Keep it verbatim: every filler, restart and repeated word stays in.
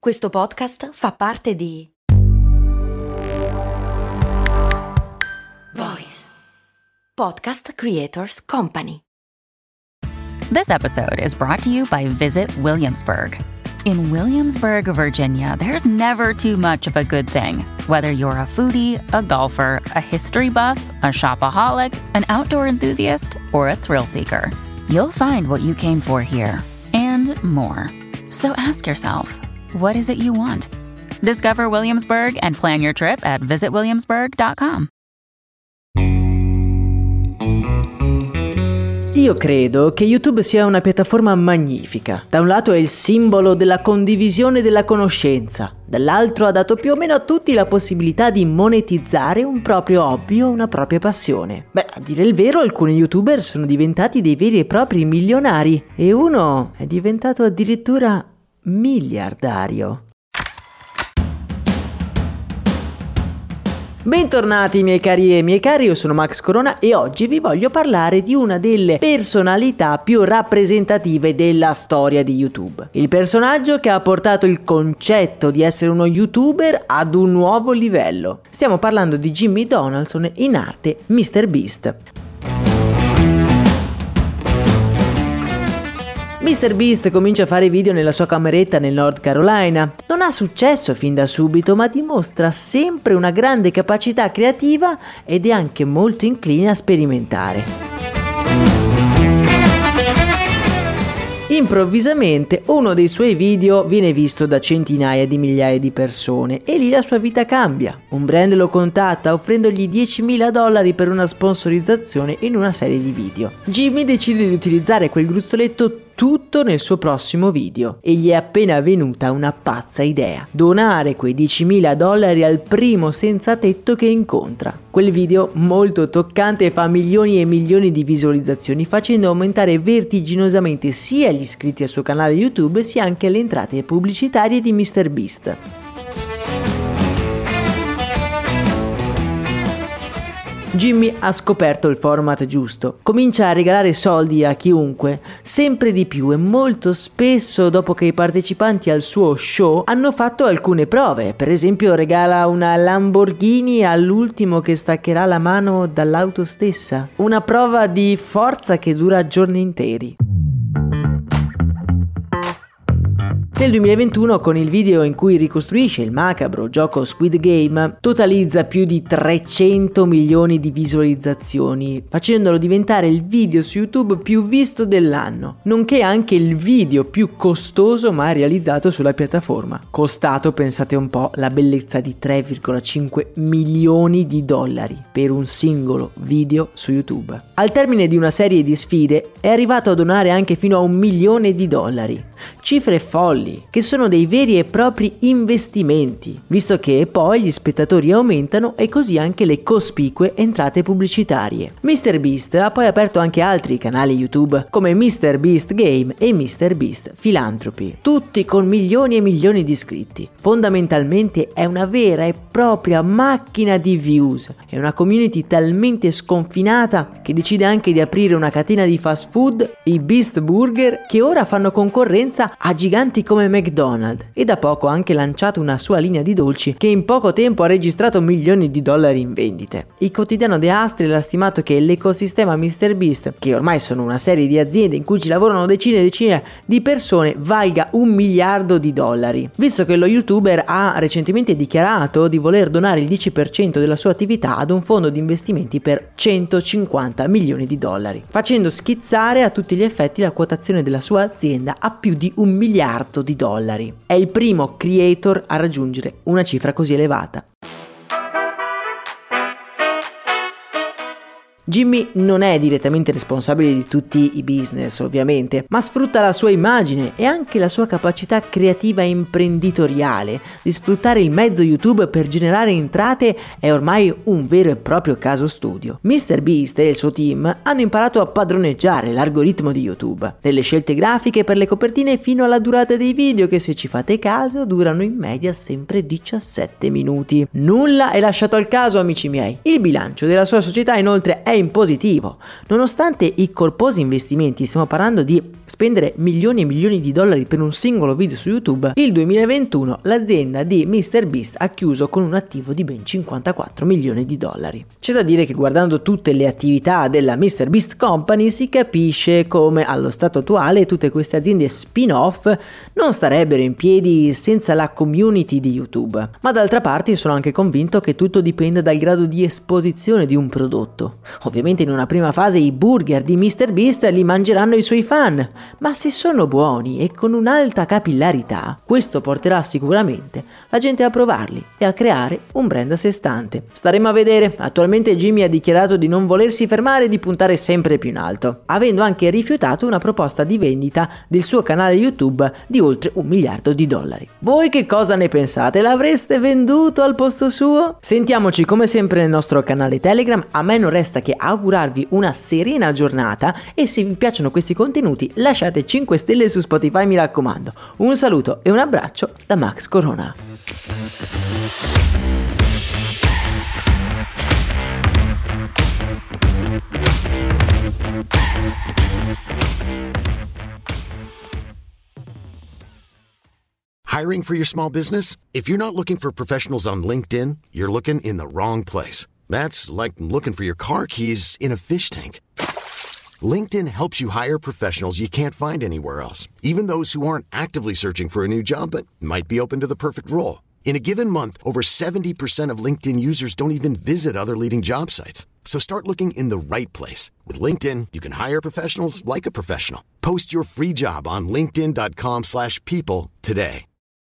Questo podcast fa parte di Voice Podcast Creators Company. This episode is brought to you by Visit Williamsburg. In Williamsburg, Virginia, there's never too much of a good thing. Whether you're a foodie, a golfer, a history buff, a shopaholic, an outdoor enthusiast, or a thrill seeker, you'll find what you came for here and more. So ask yourself, what is it you want? Discover Williamsburg and plan your trip at visit williamsburg dot com. Io credo che YouTube sia una piattaforma magnifica. Da un lato è il simbolo della condivisione della conoscenza, dall'altro ha dato più o meno a tutti la possibilità di monetizzare un proprio hobby o una propria passione. Beh, a dire il vero, alcuni YouTuber sono diventati dei veri e propri milionari e uno è diventato addirittura miliardario. Bentornati miei cari e miei cari, io sono Max Corona e oggi vi voglio parlare di una delle personalità più rappresentative della storia di YouTube. Il personaggio che ha portato il concetto di essere uno YouTuber ad un nuovo livello. Stiamo parlando di Jimmy Donaldson, in arte MrBeast. MrBeast comincia a fare video nella sua cameretta nel North Carolina. Non ha successo fin da subito, ma dimostra sempre una grande capacità creativa ed è anche molto incline a sperimentare. Improvvisamente uno dei suoi video viene visto da centinaia di migliaia di persone e lì la sua vita cambia. Un brand lo contatta offrendogli diecimila dollari per una sponsorizzazione in una serie di video. Jimmy decide di utilizzare quel gruzzoletto tutto nel suo prossimo video e gli è appena venuta una pazza idea: donare quei diecimila dollari al primo senza tetto che incontra. Quel video molto toccante fa milioni e milioni di visualizzazioni, facendo aumentare vertiginosamente sia gli iscritti al suo canale YouTube sia anche le entrate pubblicitarie di MrBeast. Jimmy ha scoperto il format giusto, comincia a regalare soldi a chiunque, sempre di più e molto spesso dopo che i partecipanti al suo show hanno fatto alcune prove, per esempio regala una Lamborghini all'ultimo che staccherà la mano dall'auto stessa, una prova di forza che dura giorni interi. Nel duemilaventuno, con il video in cui ricostruisce il macabro gioco Squid Game, totalizza più di trecento milioni di visualizzazioni, facendolo diventare il video su YouTube più visto dell'anno, nonché anche il video più costoso mai realizzato sulla piattaforma. Costato, pensate un po', la bellezza di tre virgola cinque milioni di dollari per un singolo video su YouTube. Al termine di una serie di sfide è arrivato a donare anche fino a un milione di dollari. Cifre folli, che sono dei veri e propri investimenti, visto che poi gli spettatori aumentano e così anche le cospicue entrate pubblicitarie. MrBeast ha poi aperto anche altri canali YouTube come MrBeast Game e MrBeast Philanthropy, tutti con milioni e milioni di iscritti. Fondamentalmente è una vera e propria macchina di views, è una community talmente sconfinata che decide anche di aprire una catena di fast food, i Beast Burger, che ora fanno concorrenza a giganti come McDonald's e da poco ha anche lanciato una sua linea di dolci che in poco tempo ha registrato milioni di dollari in vendite. Il quotidiano The Hustler ha stimato che l'ecosistema MrBeast, che ormai sono una serie di aziende in cui ci lavorano decine e decine di persone, valga un miliardo di dollari, visto che lo youtuber ha recentemente dichiarato di voler donare il dieci per cento della sua attività ad un fondo di investimenti per centocinquanta milioni di dollari, facendo schizzare a tutti gli effetti la quotazione della sua azienda a più di un miliardo di dollari. È il primo creator a raggiungere una cifra così elevata. Jimmy non è direttamente responsabile di tutti i business, ovviamente, ma sfrutta la sua immagine e anche la sua capacità creativa e imprenditoriale di sfruttare il mezzo YouTube per generare entrate. È ormai un vero e proprio caso studio. MrBeast e il suo team hanno imparato a padroneggiare l'algoritmo di YouTube, dalle scelte grafiche per le copertine fino alla durata dei video che, se ci fate caso, durano in media sempre diciassette minuti. Nulla è lasciato al caso, amici miei. Il bilancio della sua società inoltre è in positivo. Nonostante i corposi investimenti, stiamo parlando di spendere milioni e milioni di dollari per un singolo video su YouTube, il duemilaventuno l'azienda di MrBeast ha chiuso con un attivo di ben cinquantaquattro milioni di dollari. C'è da dire che guardando tutte le attività della MrBeast Company si capisce come allo stato attuale tutte queste aziende spin-off non starebbero in piedi senza la community di YouTube. Ma d'altra parte sono anche convinto che tutto dipende dal grado di esposizione di un prodotto. Ovviamente in una prima fase i burger di MrBeast li mangeranno i suoi fan, ma se sono buoni e con un'alta capillarità, questo porterà sicuramente la gente a provarli e a creare un brand a sé stante. Staremo a vedere. Attualmente Jimmy ha dichiarato di non volersi fermare e di puntare sempre più in alto, avendo anche rifiutato una proposta di vendita del suo canale YouTube di oltre un miliardo di dollari. Voi che cosa ne pensate? L'avreste venduto al posto suo? Sentiamoci come sempre nel nostro canale Telegram. A me non resta che augurarvi una serena giornata e se vi piacciono questi contenuti lasciate cinque stelle su Spotify, mi raccomando. Un saluto e un abbraccio da Max Corona. Hiring for your small business? If you're not looking for professionals on LinkedIn, you're looking in the wrong place. That's like looking for your car keys in a fish tank. LinkedIn helps you hire professionals you can't find anywhere else, even those who aren't actively searching for a new job but might be open to the perfect role. In a given month, over seventy percent of LinkedIn users don't even visit other leading job sites. So start looking in the right place. With LinkedIn, you can hire professionals like a professional. Post your free job on linkedin dot com slash people today.